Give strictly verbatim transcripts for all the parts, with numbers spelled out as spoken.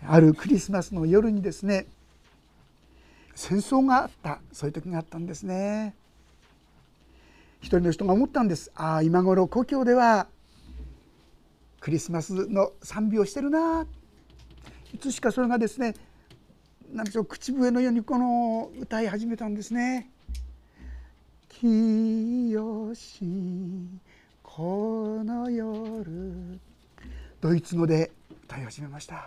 あるクリスマスの夜にですね、戦争があった、そういう時があったんですね。一人の人が思ったんです。ああ、今頃故郷ではクリスマスの賛美をしてるな。いつしかそれがですね、何でしょう、口笛のようにこの歌い始めたんですね。清しこの夜、ドイツ語で歌い始めました。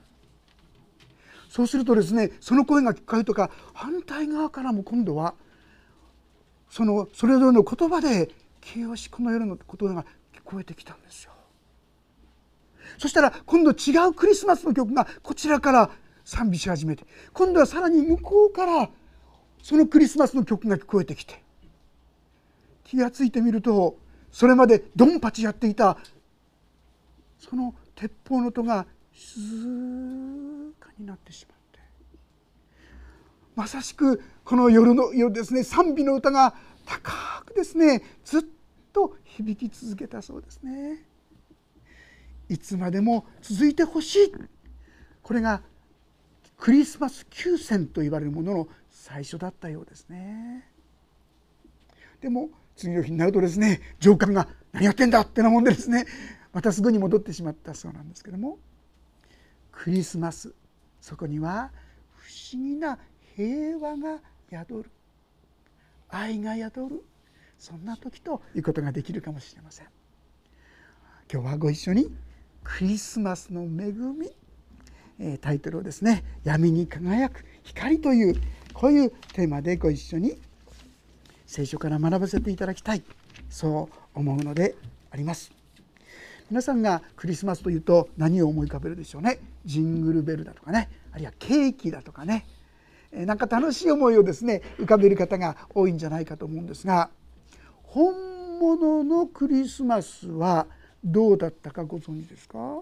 そうするとですね、その声が聞こえるとか、反対側からも今度はそのそれぞれの言葉で清しこの夜の言葉が聞こえてきたんですよ。そしたら今度違うクリスマスの曲がこちらから賛美し始めて、今度はさらに向こうからそのクリスマスの曲が聞こえてきて、気がついてみると、それまでドンパチやっていたその鉄砲の音が静かになってしまって、まさしくこの夜の夜ですね、賛美の歌が高くですね、ずっと響き続けたそうですね。いつまでも続いてほしい、これがクリスマス休戦と言われるものの最初だったようですね。でも次の日になるとですね、上官が何やってんだってなもんでですね、またすぐに戻ってしまったそうなんですけども、クリスマス、そこには不思議な平和が宿る、愛が宿る、そんな時ということができるかもしれません。今日はご一緒にクリスマスの恵み、タイトルをですね、闇に輝く光という、こういうテーマでご一緒に聖書から学ばせていただきたい、そう思うのであります。皆さんがクリスマスというと何を思い浮かべるでしょうね。ジングルベルだとかね、あるいはケーキだとかね、なんか楽しい思いをですね浮かべる方が多いんじゃないかと思うんですが、本物のクリスマスはどうだったかご存知ですか？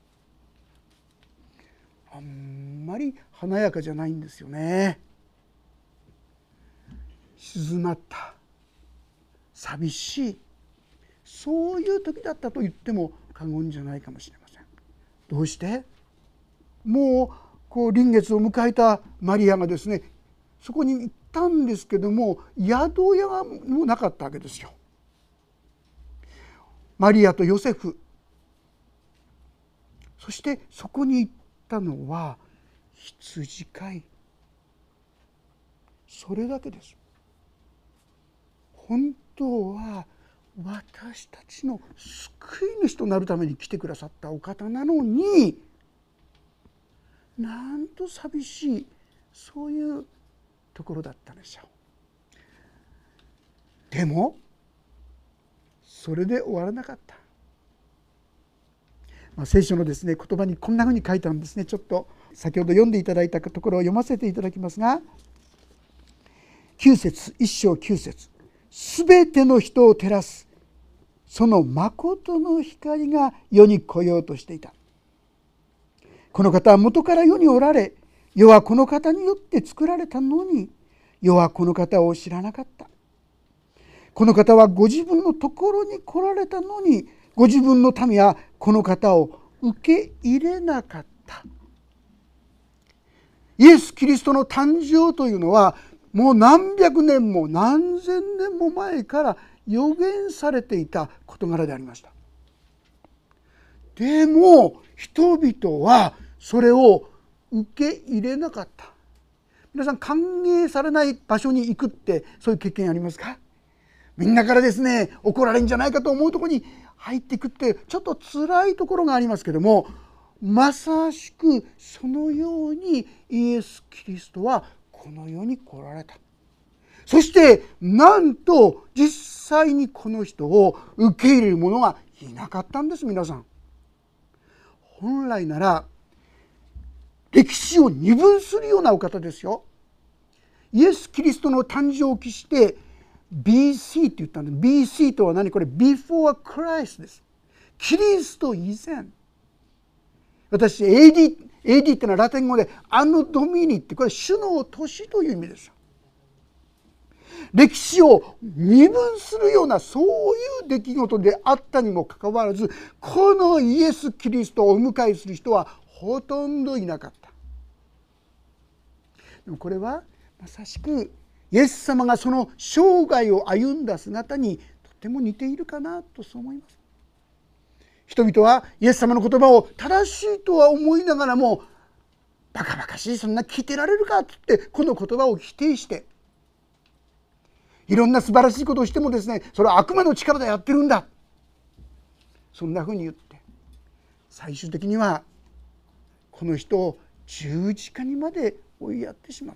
あんまり華やかじゃないんですよね。静まった、寂しい、そういう時だったと言っても過言じゃないかもしれません。どうして？もうこう臨月を迎えたマリアがですね、そこに行ったんですけども、宿屋もなかったわけですよ。マリアとヨセフ、そしてそこに行ったのは羊飼い、それだけです。本当は私たちの救い主となるために来てくださったお方なのに、なんと寂しい、そういうところだったでしょう。でもそれで終わらなかった。まあ、聖書のですね言葉にこんなふうに書いてあるんですね。ちょっと先ほど読んでいただいたところを読ませていただきますが、きゅう節、一章きゅう節、すべての人を照らすその誠の光が世に来ようとしていた。この方は元から世におられ、世はこの方によって作られたのに、世はこの方を知らなかった。この方はご自分のところに来られたのに、ご自分の民はこの方を受け入れなかった。イエス・キリストの誕生というのは、もう何百年も何千年も前から予言されていた事柄でありました。でも人々はそれを受け入れなかった。皆さん、歓迎されない場所に行くってそういう経験ありますか？みんなからですね怒られるんじゃないかと思うところに入っていくってちょっと辛いところがありますけども、まさしくそのようにイエス・キリストはこの世に来られた。そしてなんと実際にこの人を受け入れる者がいなかったんです。皆さん、本来なら歴史を二分するようなお方ですよ。イエス・キリストの誕生を期して ビーシー って言ったんです。 ビーシー とは何？これ Before Christ です。キリスト以前。私 エーディー エーディー ってのはラテン語でアノドミニって、これ主の年という意味ですよ。歴史を二分するようなそういう出来事であったにもかかわらず、このイエス・キリストをお迎えする人はほとんどいなかった。でもこれはまさしくイエス様がその生涯を歩んだ姿にとても似ているかなとそう思います。人々はイエス様の言葉を正しいとは思いながらも、バカバカしい、そんな聞いてられるかって言ってこの言葉を否定して、いろんな素晴らしいことをしてもですね、それは悪魔の力でやってるんだ、そんなふうに言って、最終的にはこの人を十字架にまで追いやってしまった。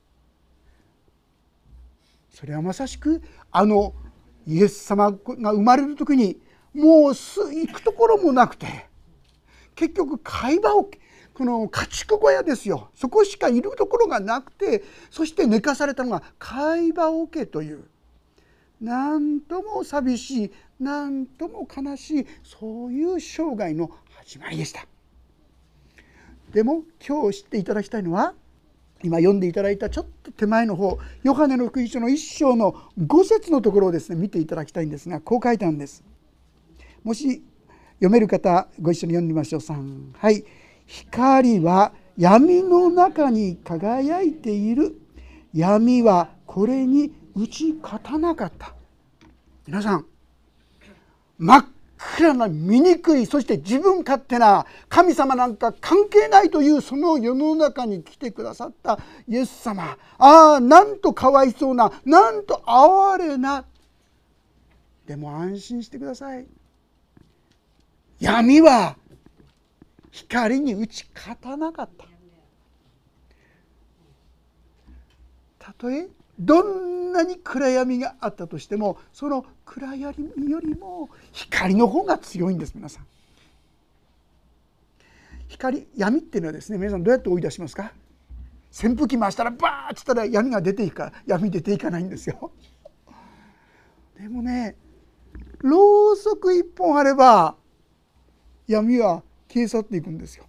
それはまさしくあのイエス様が生まれる時にもう行くところもなくて、結局会話をこの家畜小屋ですよ、そこしかいるところがなくて、そして寝かされたのが会話桶という、なんとも寂しい、なんとも悲しい、そういう生涯の始まりでした。でも今日知っていただきたいのは、今読んでいただいたちょっと手前の方、ヨハネの福音書の一章の五節のところをですね見ていただきたいんですが、こう書いたんです。もし読める方ご一緒に読んでみましょう。さん、はい。光は闇の中に輝いている。闇はこれに打ち勝たなかった。皆さん、真っ暗な醜い、そして自分勝手な、神様なんか関係ないというその世の中に来てくださったイエス様、ああなんとかわいそうな、なんと哀れな。でも安心してください。闇は光に打ち勝たなかった。たとえどんなに暗闇があったとしても、その暗闇よりも光の方が強いんです。皆さん、光、闇っていうのはですね、皆さんどうやって追い出しますか？扇風機回したらバーッつったら闇が出ていくか、闇出ていかないんですよ。でもね、ろうそく一本あれば闇は消え去っていくんですよ。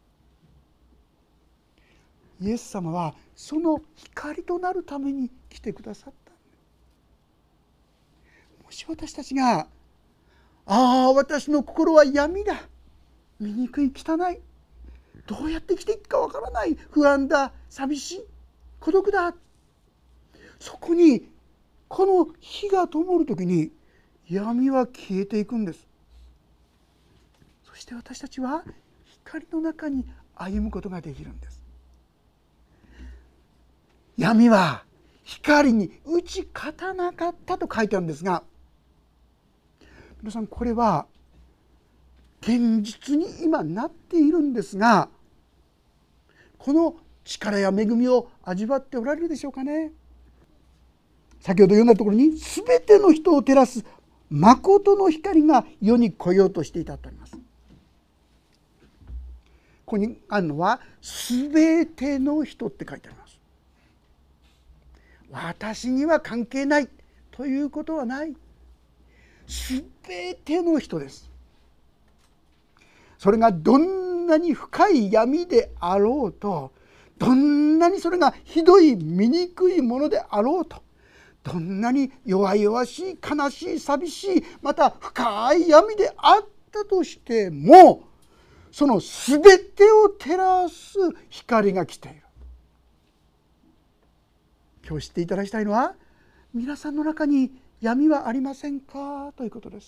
イエス様はその光となるために来てくださった。もし私たちが、ああ私の心は闇だ、醜い、汚い、どうやって生きていくかわからない、不安だ、寂しい、孤独だ、そこにこの火が灯るときに闇は消えていくんです。そして私たちは光の中に歩むことができるんです。闇は光に打ち勝たなかったと書いてあるんですが、皆さん、これは現実に今なっているんですが、この力や恵みを味わっておられるでしょうかね。先ほど読んだところに、すべての人を照らす誠の光が世に来ようとしていたとあります。ここにあるのはすべての人って書いてあります。私には関係ないということはない。すべての人です。それがどんなに深い闇であろうと、どんなにそれがひどい醜いものであろうと、どんなに弱々しい、悲しい、寂しい、また深い闇であったとしても、そのすべてを照らす光が来ている。今日知っていただきたいのは、皆さんの中に闇はありませんかということです。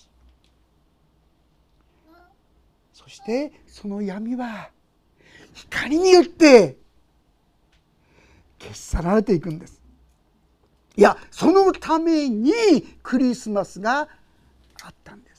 そしてその闇は光によって消し去られていくんです。いや、そのためにクリスマスがあったんです。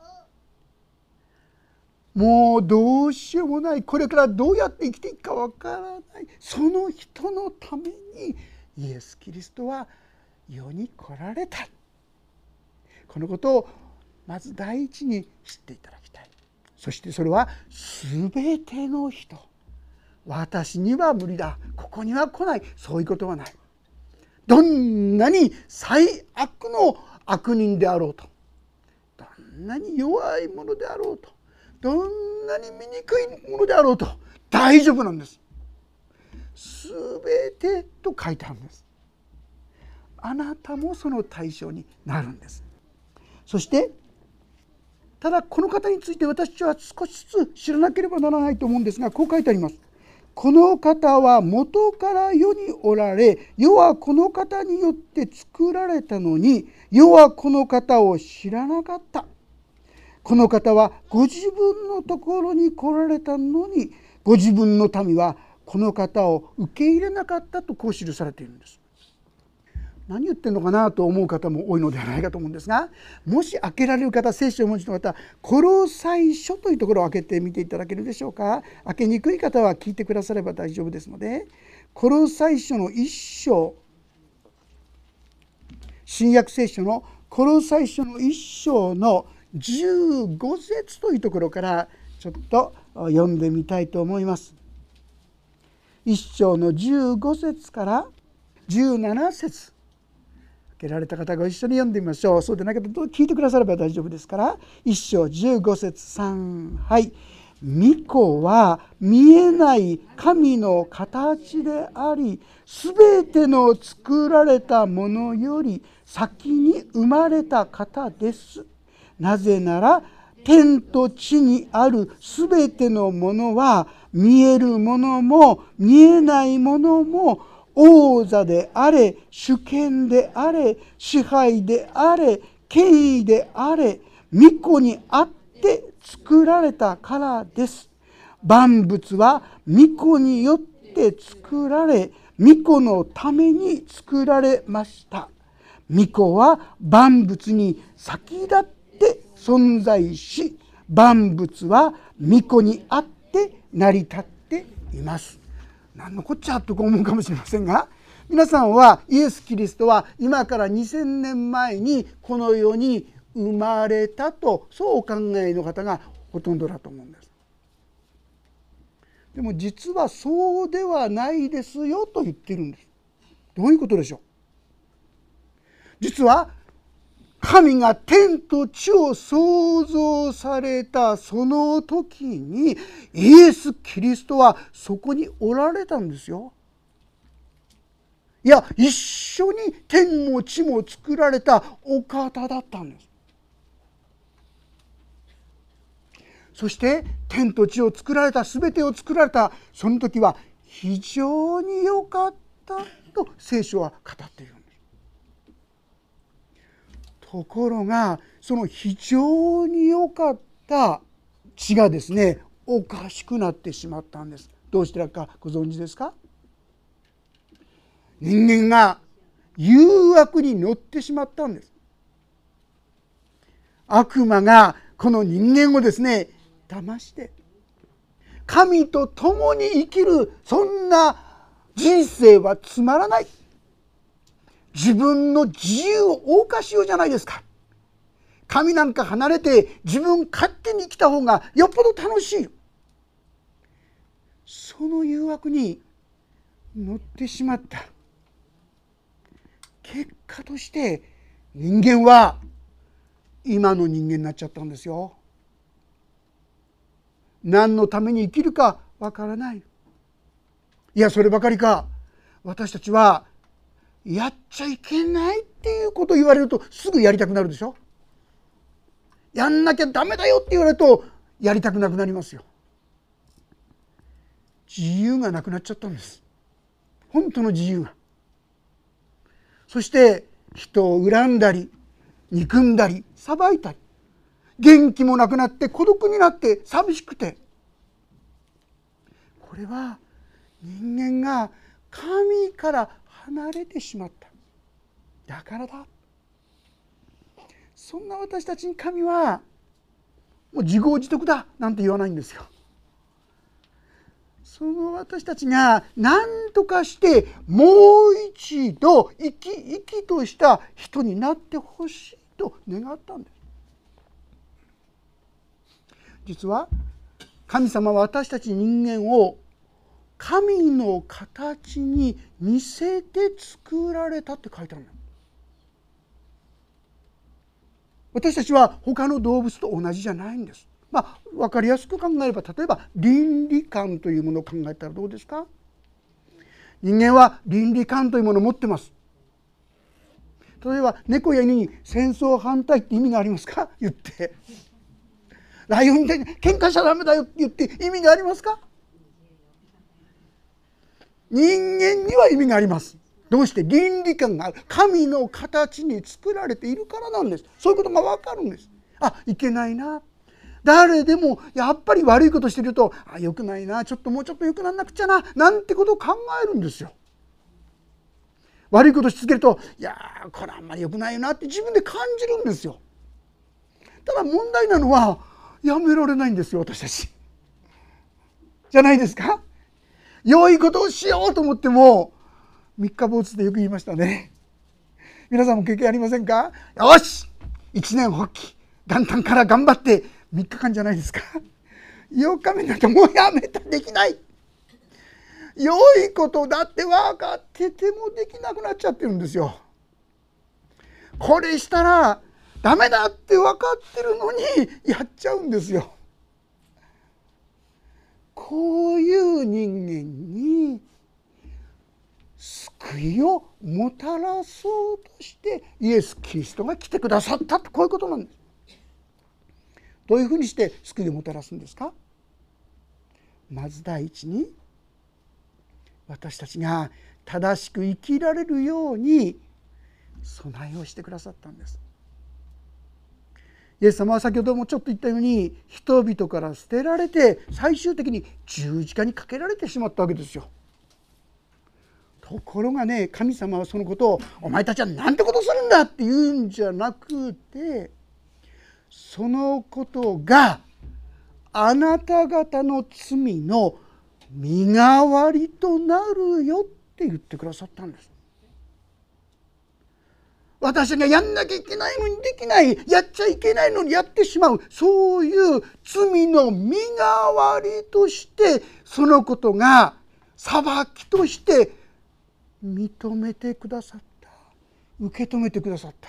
もうどうしようもない、これからどうやって生きていくかわからない、その人のためにイエス・キリストは世に来られた。このことをまず第一に知っていただきたい。そしてそれはすべての人、私には無理だ、ここには来ない、そういうことはない。どんなに最悪の悪人であろうと、どんなに弱いものであろうと、どんなに醜いものであろうと大丈夫なんです。すべてと書いてあるんです。あなたもその対象になるんです。そしてただこの方について私は少しずつ知らなければならないと思うんですが、こう書いてあります。この方は元から世におられ、世はこの方によって作られたのに、世はこの方を知らなかった。この方はご自分のところに来られたのに、ご自分の民はこの方を受け入れなかったとこう記されているんです。何言ってんのかなと思う方も多いのではないかと思うんですが、もし開けられる方、聖書をお持ちの方、コロサイ書というところを開けてみていただけるでしょうか。開けにくい方は聞いてくだされば大丈夫ですので、コロサイ書の一章、新約聖書のコロサイ書の一章のじゅうご節というところからちょっと読んでみたいと思います。一章のじゅうご節からじゅうなな節、開けられた方ご一緒に読んでみましょう。そうでなければ聞いてくだされば大丈夫ですから、一章じゅうご節さん、はい。御子は見えない神の形であり、すべての作られたものより先に生まれた方です。なぜなら天と地にあるすべてのものは、見えるものも見えないものも、王座であれ、主権であれ、支配であれ、権威であれ、御子にあって作られたからです。万物は御子によって作られ、御子のために作られました。御子は万物に先立って存在し、万物は御子にあって成り立っています。何のこっちゃと思うかもしれませんが、皆さんはイエス・キリストは今からにせんねんまえにこの世に生まれたと、そうお考えの方がほとんどだと思うんです。でも実はそうではないですよと言ってるんです。どういうことでしょう。実は神が天と地を創造されたその時に、イエス・キリストはそこにおられたんですよ。いや、一緒に天も地も作られたお方だったんです。そして天と地を作られた、すべてを作られたその時は非常に良かったと聖書は語っているんです。ところがその非常に良かった地がですね、おかしくなってしまったんです。どうしてかご存知ですか。人間が誘惑に乗ってしまったんです。悪魔がこの人間をですね騙して、神と共に生きるそんな人生はつまらない、自分の自由を謳歌しようじゃないですか、神なんか離れて自分勝手に生きた方がよっぽど楽しい、その誘惑に乗ってしまった。結果として人間は今の人間になっちゃったんですよ。何のために生きるかわからない。いや、そればかりか、私たちはやっちゃいけないっていうことを言われるとすぐやりたくなるでしょ。やんなきゃダメだよって言われるとやりたくなくなりますよ。自由がなくなっちゃったんです。本当の自由が。そして人を恨んだり憎んだり裁いたり、元気もなくなって孤独になって寂しくて、これは人間が神から離れてしまった、だからだ。そんな私たちに神はもう自業自得だなんて言わないんですよ。その私たちが何とかしてもう一度生き生きとした人になってほしいと願ったんです。実は神様は私たち人間を神の形に似せて作られたって書いてあるの。私たちは他の動物と同じじゃないんです。まあ分かりやすく考えれば、例えば倫理観というものを考えたらどうですか。人間は倫理観というものを持ってます。例えば猫や犬に戦争反対って意味がありますか、言って。 ライオンみたいに喧嘩しちゃダメだよって言って意味がありますか？人間には意味があります。どうして？倫理観がある。神の形に作られているからなんです。そういうことが分かるんです。あ、いけないな。誰でもやっぱり悪いことしてると、あ、良くないな、ちょっともうちょっと良くならなくちゃな、なんてことを考えるんですよ。悪いことし続けると、いやーこれあんまり良くないよなって自分で感じるんですよ。ただ問題なのはやめられないんですよ、私たち。じゃないですか。良いことをしようと思っても三日坊主でよく言いましたね。皆さんも経験ありませんか？よし一年発起元旦から頑張ってみっかかんじゃないですか。よっかめになってもうやめた、できない。良いことだって分かっててもできなくなっちゃってるんですよ。これしたらダメだって分かってるのにやっちゃうんですよ。こういう人間に救いをもたらそうとしてイエス・キリストが来てくださったと、こういうことなんです。どういうふうにして救いをもたらすんですか？まず第一に、私たちが正しく生きられるように備えをしてくださったんです。イエス様は先ほどもちょっと言ったように、人々から捨てられて最終的に十字架にかけられてしまったわけですよ。ところがね、神様はそのことをお前たちは何てことするんだって言うんじゃなくて、そのことがあなた方の罪の身代わりとなるよって言ってくださったんです。私がやんなきゃいけないのにできない、やっちゃいけないのにやってしまう、そういう罪の身代わりとしてそのことが裁きとして認めてくださった、受け止めてくださった。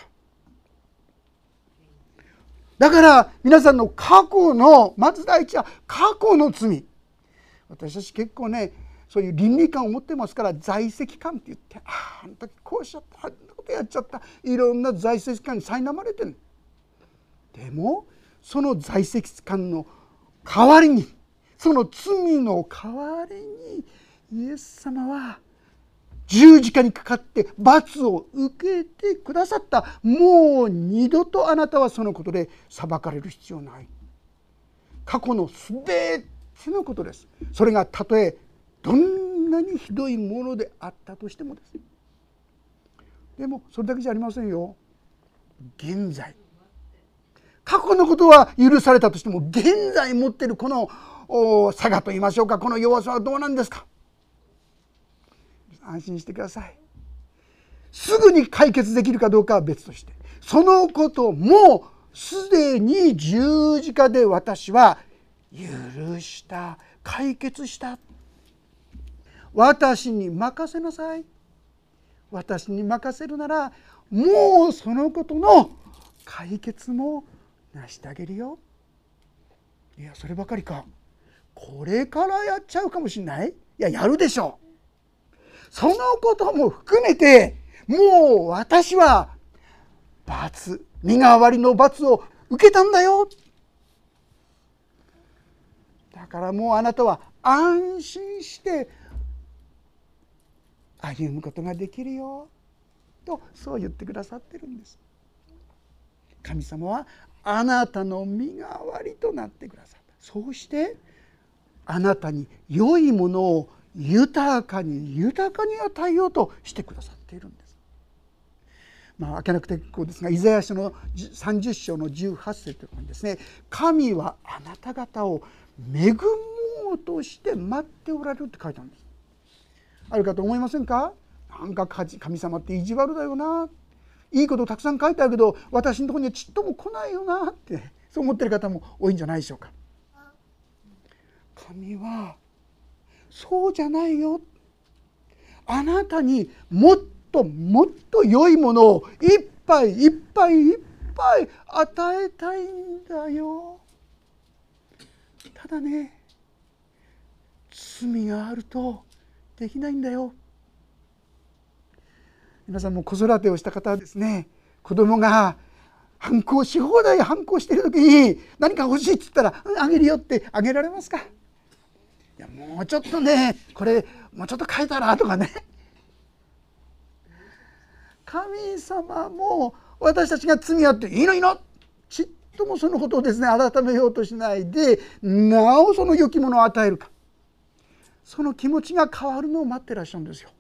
だから皆さんの過去の、まず第一は過去の罪。私たち結構ね、そういう倫理観を持ってますから、在籍感って言って、ああ、あの時こうしちゃった、あんなことやっちゃった、いろんな在籍感に苛まれてる。でもその在籍感の代わりに、その罪の代わりにイエス様は十字架にかかって罰を受けてくださった。もう二度とあなたはそのことで裁かれる必要ない。過去のすべてのことです。それがたとえどんなにひどいものであったとしてもです。でもそれだけじゃありませんよ。現在、過去のことは許されたとしても、現在持っているこの差がと言いましょうか、この弱さはどうなんですか？安心してください。すぐに解決できるかどうかは別として、そのこともすでに十字架で私は許した、解決した。私に任せなさい。私に任せるならもうそのことの解決も成してあげるよ。いや、そればかりか、これからやっちゃうかもしれない。いや、やるでしょう。そのことも含めて、もう私は罰、身代わりの罰を受けたんだよ。だからもうあなたは安心して歩むことができるよと、そう言ってくださってるんです。神様はあなたの身代わりとなってくださった。そうしてあなたに良いものを豊かに豊かに与えようとしてくださっているんです。まあ開けなくて結構ですが、イザヤ書のさんじゅっ章のじゅうはち節というのにですね、神はあなた方を恵もうとして待っておられるって書いてあるんです。あるかと思いませんか？なんか神様って意地悪だよな、いいことたくさん書いてあるけど私のところにはちっとも来ないよなって、そう思っている方も多いんじゃないでしょうか。神はそうじゃないよ。あなたにもっともっと良いものをいっぱいいっぱいいっぱい与えたいんだよ。ただね、罪があるとできないんだよ。皆さんも子育てをした方はですね、子供が反抗し放題反抗してる時に何か欲しいって言ったら、うん、あげるよってあげられますか？いや、もうちょっとね、これもうちょっと変えたらとかね。神様も私たちが罪あっていいのいいの、ちっともそのことをですね改めようとしないで、なおその良きものを与えるか、その気持ちが変わるのを待ってらっしゃるんですよ。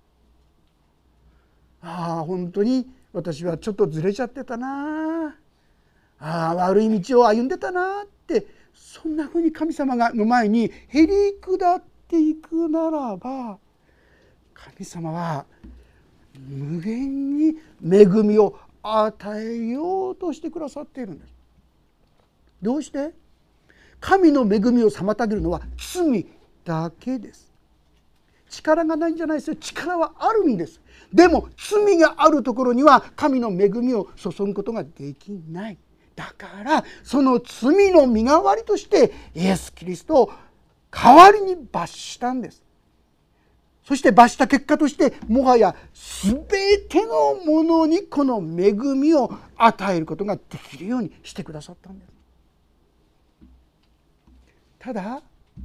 ああ、本当に私はちょっとずれちゃってたな、ああ、悪い道を歩んでたなって、そんなふうに神様がの前にへり下っていくならば、神様は無限に恵みを与えようとしてくださっているんです。どうして？神の恵みを妨げるのは罪だけです。力がないんじゃないですよ。力はあるんです。でも罪があるところには神の恵みを注ぐことができない。だからその罪の身代わりとしてイエス・キリストを代わりに罰したんです。そして罰した結果として、もはや全てのものにこの恵みを与えることができるようにしてくださったんです。ただ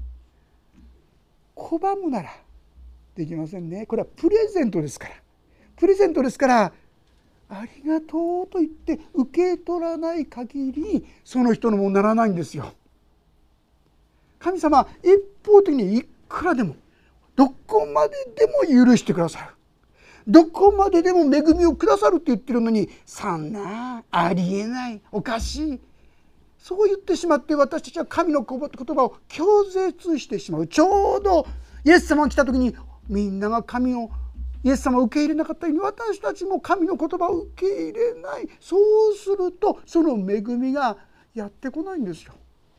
拒むならできませんね。これはプレゼントですから、プレゼントですから、ありがとうと言って受け取らない限りその人のものにならないんですよ。神様は一方的にいくらでもどこまででも許してくださる、どこまででも恵みをくださるって言ってるのに、そんなありえない、おかしい、そう言ってしまって、私たちは神の言葉を拒絶してしまう。ちょうどイエス様が来た時にみんなが神をイエス様を受け入れなかったように、私たちも神の言葉を受け入れない。そうするとその恵みがやってこないんですよ。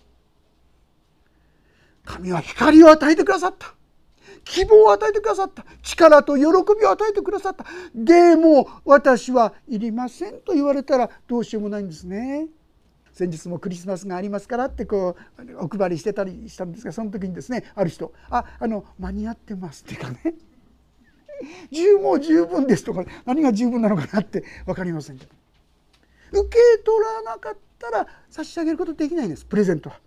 神は光を与えてくださった、希望を与えてくださった、力と喜びを与えてくださった。でも私はいりませんと言われたらどうしようもないんですね。先日もクリスマスがありますからってこうお配りしてたりしたんですが、その時にですね、ある人「ああの間に合ってます」っていうかね「十も十分です」とか、何が十分なのかなって分かりませんけど、受け取らなかったら差し上げることできないんです。プレゼントは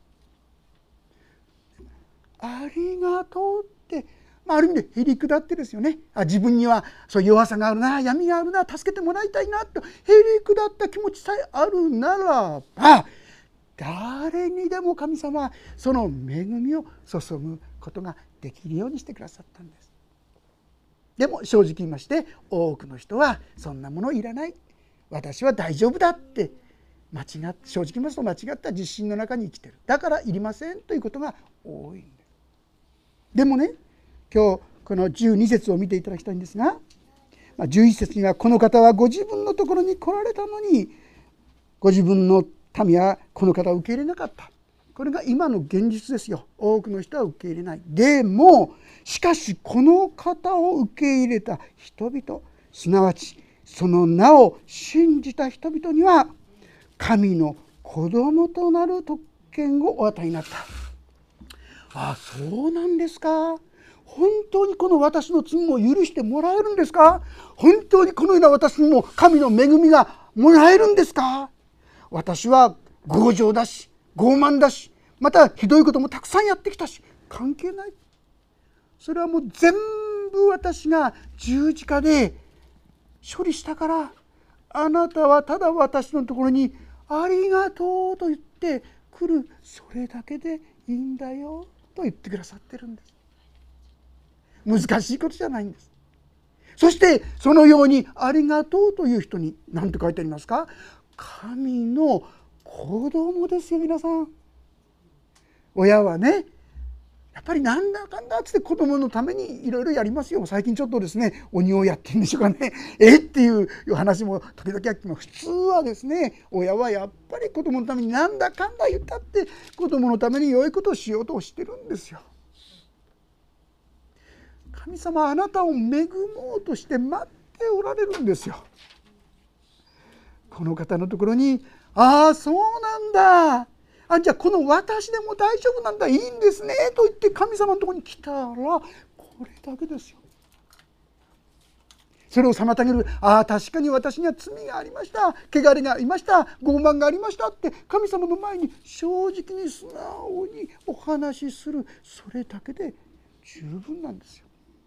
ありがとうって、まあ、ある意味でへりくだってですよね。あ、自分にはそういう弱さがあるな、闇があるな、助けてもらいたいなとへりくだった気持ちさえあるならば、誰にでも神様はその恵みを注ぐことができるようにしてくださったんです。でも正直言いまして、多くの人はそんなものいらない、私は大丈夫だって間違っ正直言いますと間違った自信の中に生きている、だからいりませんということが多いんです。でもね、今日このじゅうに節を見ていただきたいんですが、じゅういち節には、この方はご自分のところに来られたのにご自分の民はこの方を受け入れなかった。これが今の現実ですよ。多くの人は受け入れない。でもしかしこの方を受け入れた人々、すなわちその名を信じた人々には神の子供となる特権をお与えになった。ああ、そうなんですか。本当にこの私の罪も許してもらえるんですか。本当にこのような私にも神の恵みがもらえるんですか。私は強情だし傲慢だし、またひどいこともたくさんやってきたし、関係ない。それはもう全部私が十字架で処理したから、あなたはただ私のところにありがとうと言って来る、それだけでいいんだよと言ってくださってるんです。難しいことじゃないんです。そしてそのようにありがとうという人に何て書いてありますか。神の子供ですよ。皆さん、親はね、やっぱりなんだかんだっつって子供のためにいろいろやりますよ。最近ちょっとですね、鬼をやってるんでしょうかね。えっていう話も時々あっても、普通はですね、親はやっぱり子供のためになんだかんだ言ったって子供のために良いことをしようとしてるんですよ。神様はあなたを恵もうとして待っておられるんですよ。この方のところに、ああそうなんだ、あ、じゃあこの私でも大丈夫なんだ、いいんですねと言って神様のところに来たら、これだけですよ。 それを妨げる、ああ確かに私には罪がありました、汚れがありました、傲慢がありましたって神様の前に正直に素直にお話しする、それだけで十分なんですよ。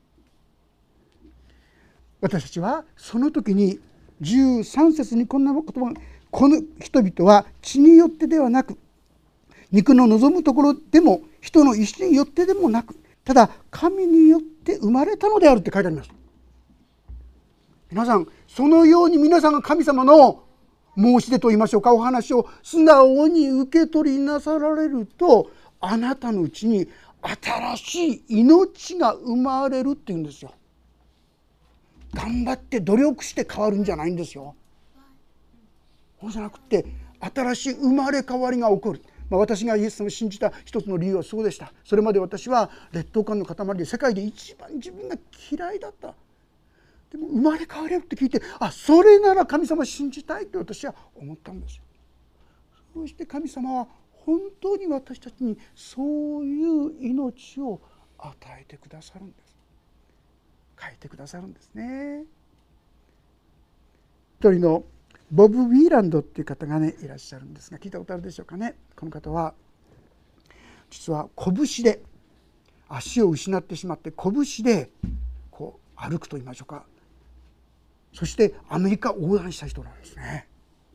私たちはその時にじゅうさん節にこんな言葉、この人々は血によってではなく、肉の望むところでも人の意志によってでもなく、ただ神によって生まれたのであるって書いてあります。皆さん、そのように皆さんが神様の申し出と言いましょうか、お話を素直に受け取りなさられると、あなたのうちに新しい命が生まれるっていうんですよ。頑張って努力して変わるんじゃないんですよ。そうじゃなくて、新しい生まれ変わりが起こる。まあ、私がイエス様を信じた一つの理由はそうでした。それまで私は劣等感の塊で世界で一番自分が嫌いだった。でも生まれ変われるって聞いて、あ、それなら神様を信じたいと私は思ったんですよ。そして神様は本当に私たちにそういう命を与えてくださるんです。変えてくださるんですね。一人のボブ・ウィーランドっていう方がねいらっしゃるんですが、聞いたことあるでしょうかね。この方は実は拳で足を失ってしまって、拳でこう歩くと言いましょうか、そしてアメリカ横断した人なんですね。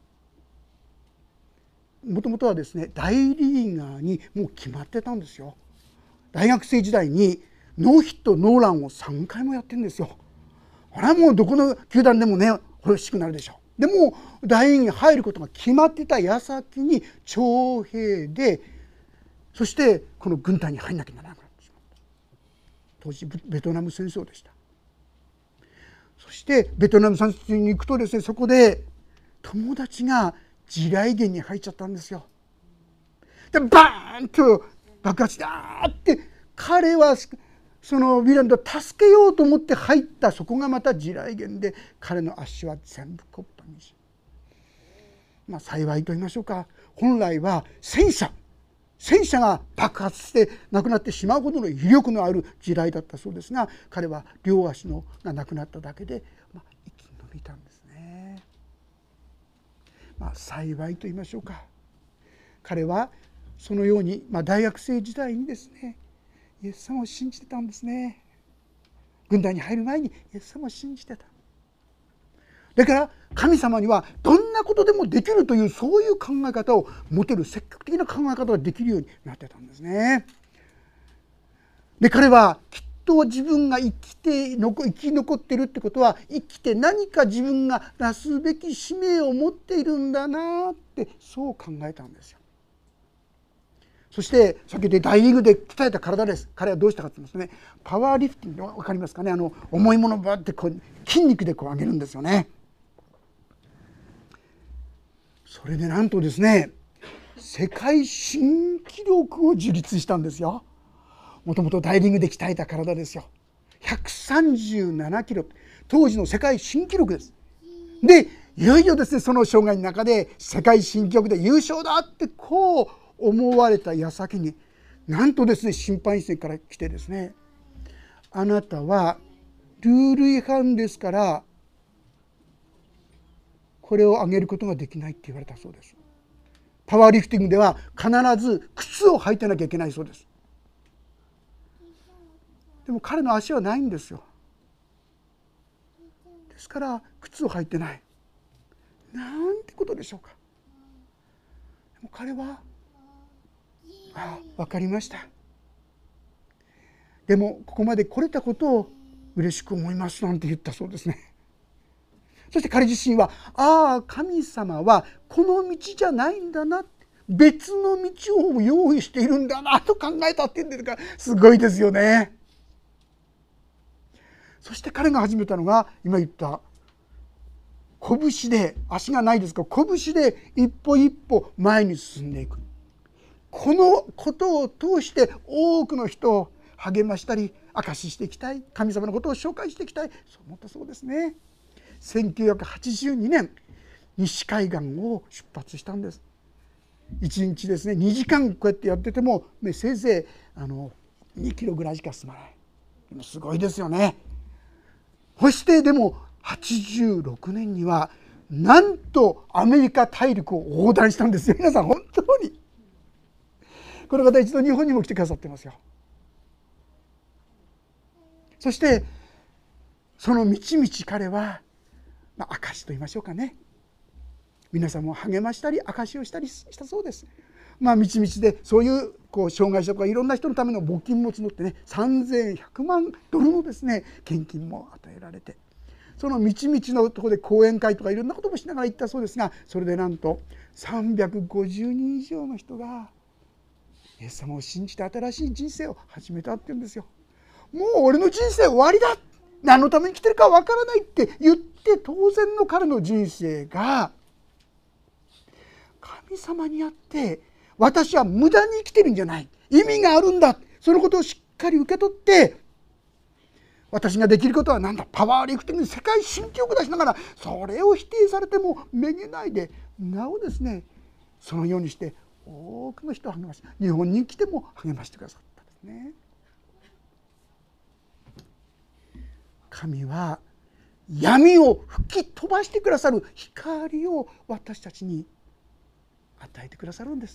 もともとはですね大リーガーにもう決まってたんですよ。大学生時代にノーヒットノーランをさんかいもやってるんですよ。これはもうどこの球団でもね欲しくなるでしょう。でも大リーグに入ることが決まってた矢先に徴兵で、そしてこの軍隊に入んなきゃならなくなってしまった。当時ベトナム戦争でした。そしてベトナム戦争に行くとですね、そこで友達が地雷原に入っちゃったんですよ。でバーンと爆発して、あーって彼はそのウィランドを助けようと思って入った、そこがまた地雷原で彼の足は全部こっぱにし、まあ幸いと言いましょうか、本来は戦車戦車が爆発して亡くなってしまうほどの威力のある地雷だったそうですが、彼は両足のがなくなっただけで、まあ、生き延びたんですね。まあ幸いと言いましょうか、彼はそのように、まあ、大学生時代にですねイエス様を信じてたんですね。軍隊に入る前にイエス様を信じてた。だから神様にはどんなことでもできるという、そういう考え方を持てる、積極的な考え方ができるようになってたんですね。で彼はきっと自分が生きて生き残っているってことは、生きて何か自分がなすべき使命を持っているんだなって、そう考えたんですよ。そして先ほど大リーグで鍛えた体です。彼はどうしたかと言いますとね、パワーリフティング、分かりますかね、あの重いものをバーってこう筋肉でこう上げるんですよね。それでなんとですね、世界新記録を樹立したんですよ。もともと大リーグで鍛えた体ですよ。ひゃくさんじゅうななキロ、当時の世界新記録です。でいよいよですね、その生涯の中で世界新記録で優勝だってこう思われた矢先に、なんとですね審判員席から来てですね、あなたはルール違反ですからこれを上げることができないって言われたそうです。パワーリフティングでは必ず靴を履いてなきゃいけないそうです。でも彼の足はないんですよ。ですから靴を履いてない、なんてことでしょうか。でも彼はああ分かりました、でもここまで来れたことを嬉しく思いますなんて言ったそうですね。そして彼自身は、ああ神様はこの道じゃないんだな、別の道を用意しているんだなと考えたっていうんですから、すごいですよね。そして彼が始めたのが今言った拳で、足がないですから拳で一歩一歩前に進んでいく。このことを通して多くの人を励ましたり証ししていきたい、神様のことを紹介していきたい、そう思ったそうですね。せんきゅうひゃくはちじゅうにねん西海岸を出発したんです。いちにちですねにじかんこうやってやってても、ね、せいぜいあのにキロぐらいしか進まない。でもすごいですよね。そしてでもはちじゅうろくねんにはなんとアメリカ大陸を横断したんですよ。皆さん本当にこの方一度日本にも来てくださってますよ。そしてそのみちみち彼は、まあ、証と言いましょうかね、皆さんも励ましたり証をしたりしたそうです。まあみちみちでそういうこう障害者とかいろんな人のための募金も募ってね、さんぜんひゃくまんドルのですね献金も与えられて、そのみちみちのところで講演会とかいろんなこともしながら行ったそうですが、それでなんとさんびゃくごじゅうにん以上の人がイエス様を信じて新しい人生を始めたって言うんですよ。もう俺の人生終わりだ、何のために来てるかわからないって言って当然の彼の人生が、神様にあって私は無駄に生きてるんじゃない、意味があるんだ、そのことをしっかり受け取って、私ができることは何だ、パワーリフティングで世界新記録出しながら、それを否定されてもめげないで、なおですねそのようにして多くの人を励まし、日本に来ても励ましてくださったんですね。神は闇を吹き飛ばしてくださる光を私たちに与えてくださるんです。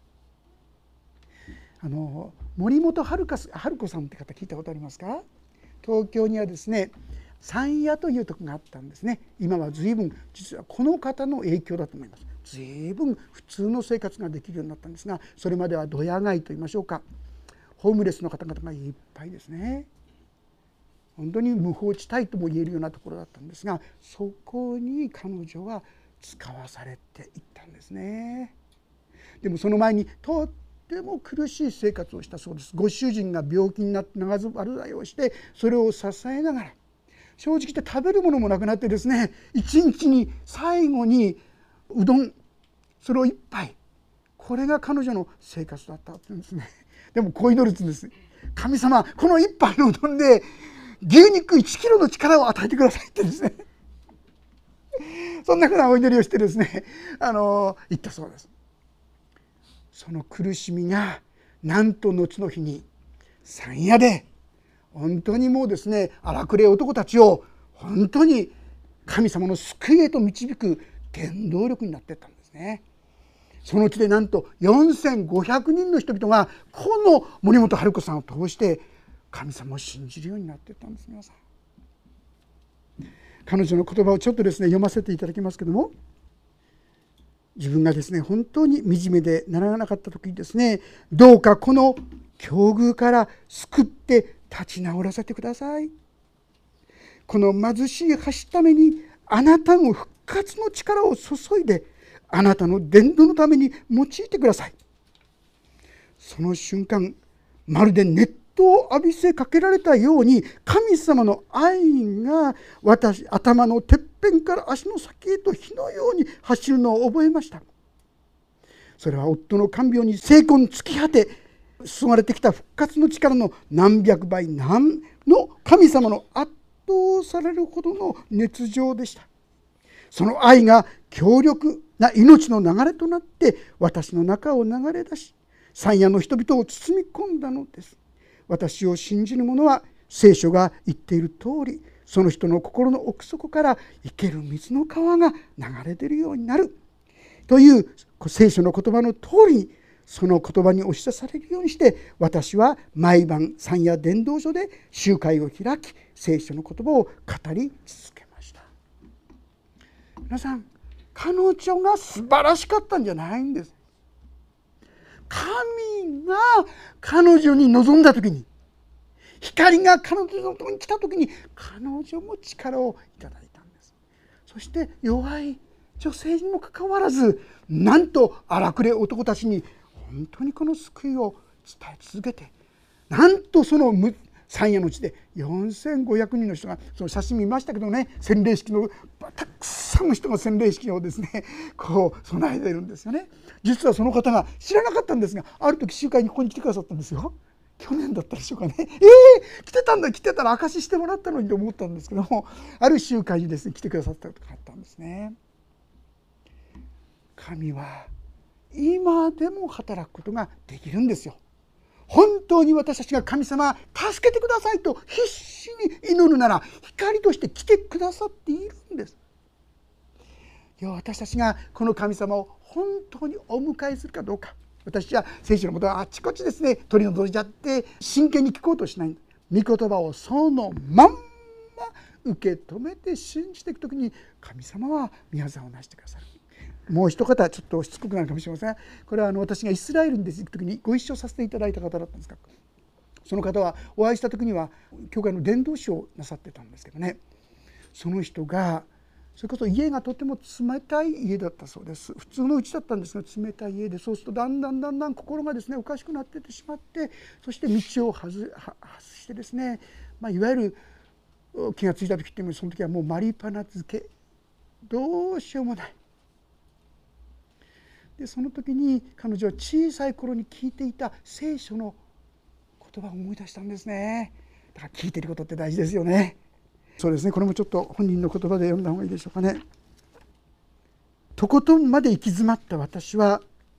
あの森本春子さんって方聞いたことありますか？東京にはですね山谷というところがあったんですね。今は随分実はこの方の影響だと思います。随分普通の生活ができるようになったんですが、それまではドヤ街といいましょうか、ホームレスの方々がいっぱいですね。本当に無法地帯とも言えるようなところだったんですが、そこに彼女は使わされていったんですね。でもその前にとっても苦しい生活をしたそうです。ご主人が病気になって長ず悪だいをして、それを支えながら、正直言って食べるものもなくなってですね、一日に最後にうどん、それを一杯、これが彼女の生活だったって言うんですね。でもこう祈るんです。神様、この一杯のうどんで牛肉いちキロの力を与えてくださいってですね、そんなふうなお祈りをしてですね、あの言ったそうです。その苦しみがなんと後の日に山谷で本当にもうですね荒くれ男たちを本当に神様の救いへと導く原動力になっていったんですね。その地でなんとよんせんごひゃくにんの人々がこの森本春子さんを通して神様を信じるようになっていったんです。皆さん、彼女の言葉をちょっとですね読ませていただきますけども、自分がですね本当に惨めでならなかった時にですね、どうかこの境遇から救って立ち直らせてください。この貧しい橋ためにあなたの復活の力を注いで、あなたの伝道のために用いてください。その瞬間、まるで熱湯を浴びせかけられたように、神様の愛が私頭のてっぺんから足の先へと火のように走るのを覚えました。それは夫の看病に精魂尽き果て注がれてきた復活の力の何百倍何の神様の圧倒されるほどの熱情でした。その愛が強力な命の流れとなって私の中を流れ出し、山谷の人々を包み込んだのです。私を信じる者は聖書が言っている通り、その人の心の奥底から生ける水の川が流れ出るようになるという聖書の言葉の通りに、その言葉に押し出されるようにして、私は毎晩山谷伝道所で集会を開き、聖書の言葉を語り続けました。皆さん、彼女が素晴らしかったんじゃないんです。神が彼女に望んだ時に、光が彼女のところに来た時に、彼女も力をいただいたんです。そして弱い女性にもかかわらず、なんと荒くれ男たちに本当にこの救いを伝え続けて、なんとその山谷の地でよんせんごひゃくにんの人が、その写真見ましたけどね、洗礼式のたくさんの人が洗礼式をですねこう備えているんですよね。実はその方が知らなかったんですが、ある時集会にここに来てくださったんですよ。去年だったでしょうかね。えー、来てたんだ、来てたら証ししてもらったのにと思ったんですけども、ある集会にですね来てくださったことがあったんですね。神は今でも働くことができるんですよ。本当に私たちが神様助けてくださいと必死にに祈るなら光として来てくださっているんです。いや、私たちがこの神様を本当にお迎えするかどうか、私は聖書のもとはあちこちですね取り除いちゃって真剣に聞こうとしない。御言葉をそのまんま受け止めて信じていくときに神様は御業をなしてくださる。もう一方ちょっとしつこくなるかもしれません。これはあの私がイスラエルに行くときにご一緒させていただいた方だったんですが、その方はお会いしたときには教会の伝道師をなさってたんですけどね、その人がそれこそ家がとても冷たい家だったそうです。普通の家だったんですが冷たい家で、そうするとだんだんだんだん心がですねおかしくなっていってしまって、そして道を外してですね、まあ、いわゆる気がついた時っていうのはその時はもうマリパナ漬け、どうしようもない。でその時に彼女は小さい頃に聞いていた聖書の言葉を思い出したんですね。だから聞いていることって大事ですよね。そうですね、これもちょっと本人の言葉で読んだ方がいいでしょうかね。とことんまで行き詰まった私は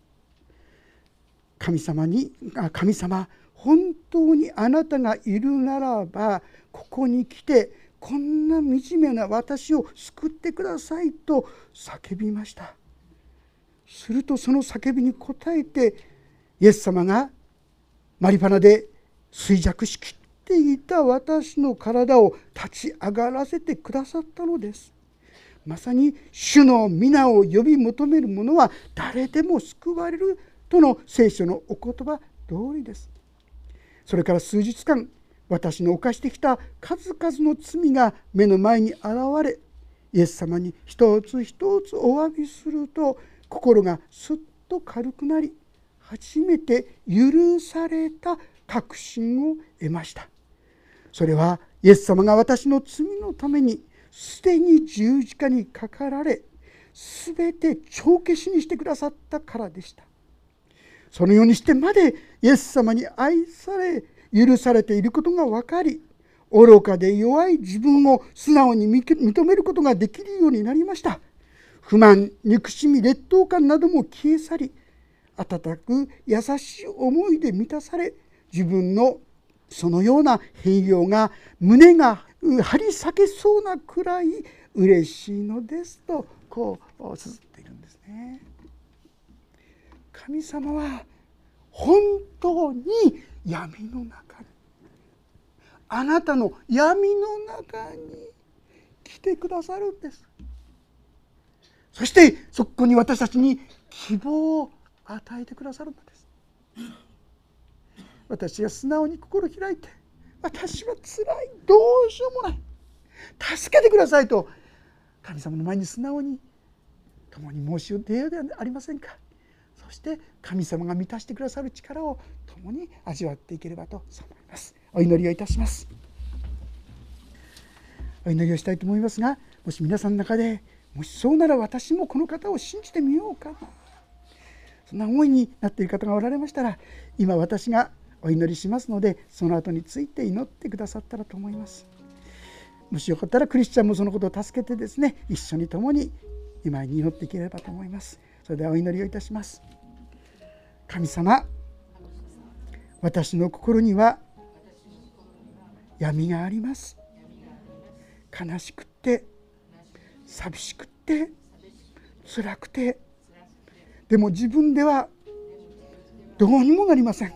神様にあ神様本当にあなたがいるならばここに来てこんな惨めな私を救ってくださいと叫びました。するとその叫びに応えてイエス様がマリパナで衰弱しきっていた私の体を立ち上がらせてくださったのです。まさに主の皆を呼び求める者は誰でも救われるとの聖書のお言葉通りです。それから数日間私の犯してきた数々の罪が目の前に現れ、イエス様に一つ一つお詫びすると心がすっと軽くなり、初めて許された確信を得ました。それはイエス様が私の罪のためにすでに十字架にかかられ、すべて帳消しにしてくださったからでした。そのようにしてまでイエス様に愛され許されていることが分かり、愚かで弱い自分を素直に認めることができるようになりました。不満、憎しみ、劣等感なども消え去り、温かく優しい思いで満たされ、自分のそのような変容が胸が張り裂けそうなくらい嬉しいのですとこう綴っているんですね。神様は本当に闇の中に、あなたの闇の中に来てくださるんです。そしてそこに私たちに希望を与えてくださるのです。私が素直に心開いて、私はつらい、どうしようもない、助けてくださいと神様の前に素直に共に申し出ようではありませんか。そして神様が満たしてくださる力を共に味わっていければとそう思います。お祈りをいたします。お祈りをしたいと思いますが、もし皆さんの中でもしそうなら私もこの方を信じてみようか、そんな思いになっている方がおられましたら、今私がお祈りしますのでその後について祈ってくださったらと思います。もしよかったらクリスチャンもそのことを助けてですね、一緒に共に御前に祈っていければと思います。それではお祈りをいたします。神様、私の心には闇があります。悲しくって寂しくって辛くて、でも自分ではどうにもなりません。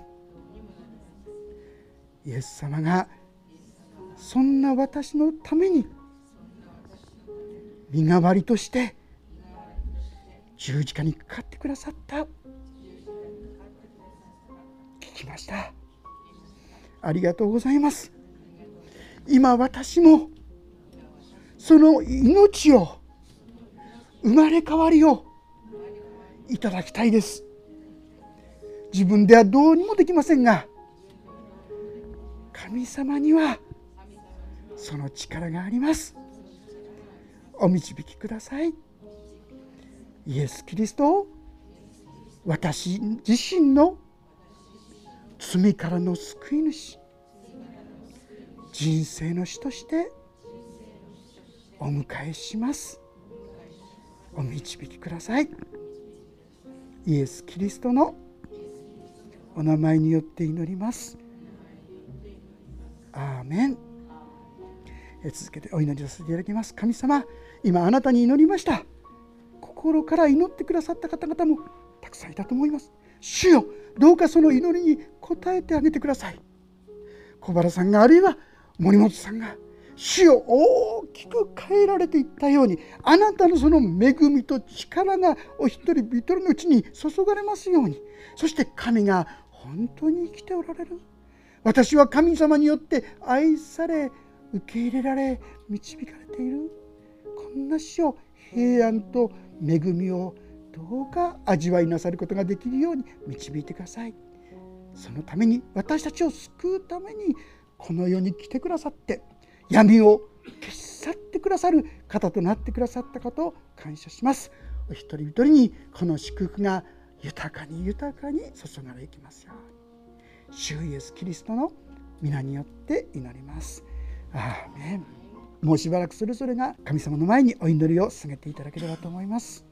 イエス様がそんな私のために身代わりとして十字架にかかってくださった、聞きました。ありがとうございます。今私もその命を、生まれ変わりをいただきたいです。自分ではどうにもできませんが、神様にはその力があります。お導きください。イエス・キリストを私自身の罪からの救い主、人生の主としてお迎えします。お導きください。イエス・キリストのお名前によって祈ります。アーメン。 続けてお祈りをさせていただきます。神様、今あなたに祈りました。心から祈ってくださった方々もたくさんいたと思います。主よ、どうかその祈りに応えてあげてください。小原さんが、あるいは森本さんが、主よ、大きく変えられていったように、あなたのその恵みと力がお一人一人のうちに注がれますように。そして神が本当に生きておられる、私は神様によって愛され受け入れられ導かれている、こんな主を平安と恵みをどうか味わいなさることができるように導いてください。そのために、私たちを救うためにこの世に来てくださって、闇を消し去ってくださる方となってくださったことを感謝します。お一人一人にこの祝福が豊かに豊かに注がれていきますように、主イエスキリストの皆によって祈ります。アーメン。もうしばらくそれぞれが神様の前にお祈りを捧げていただければと思います。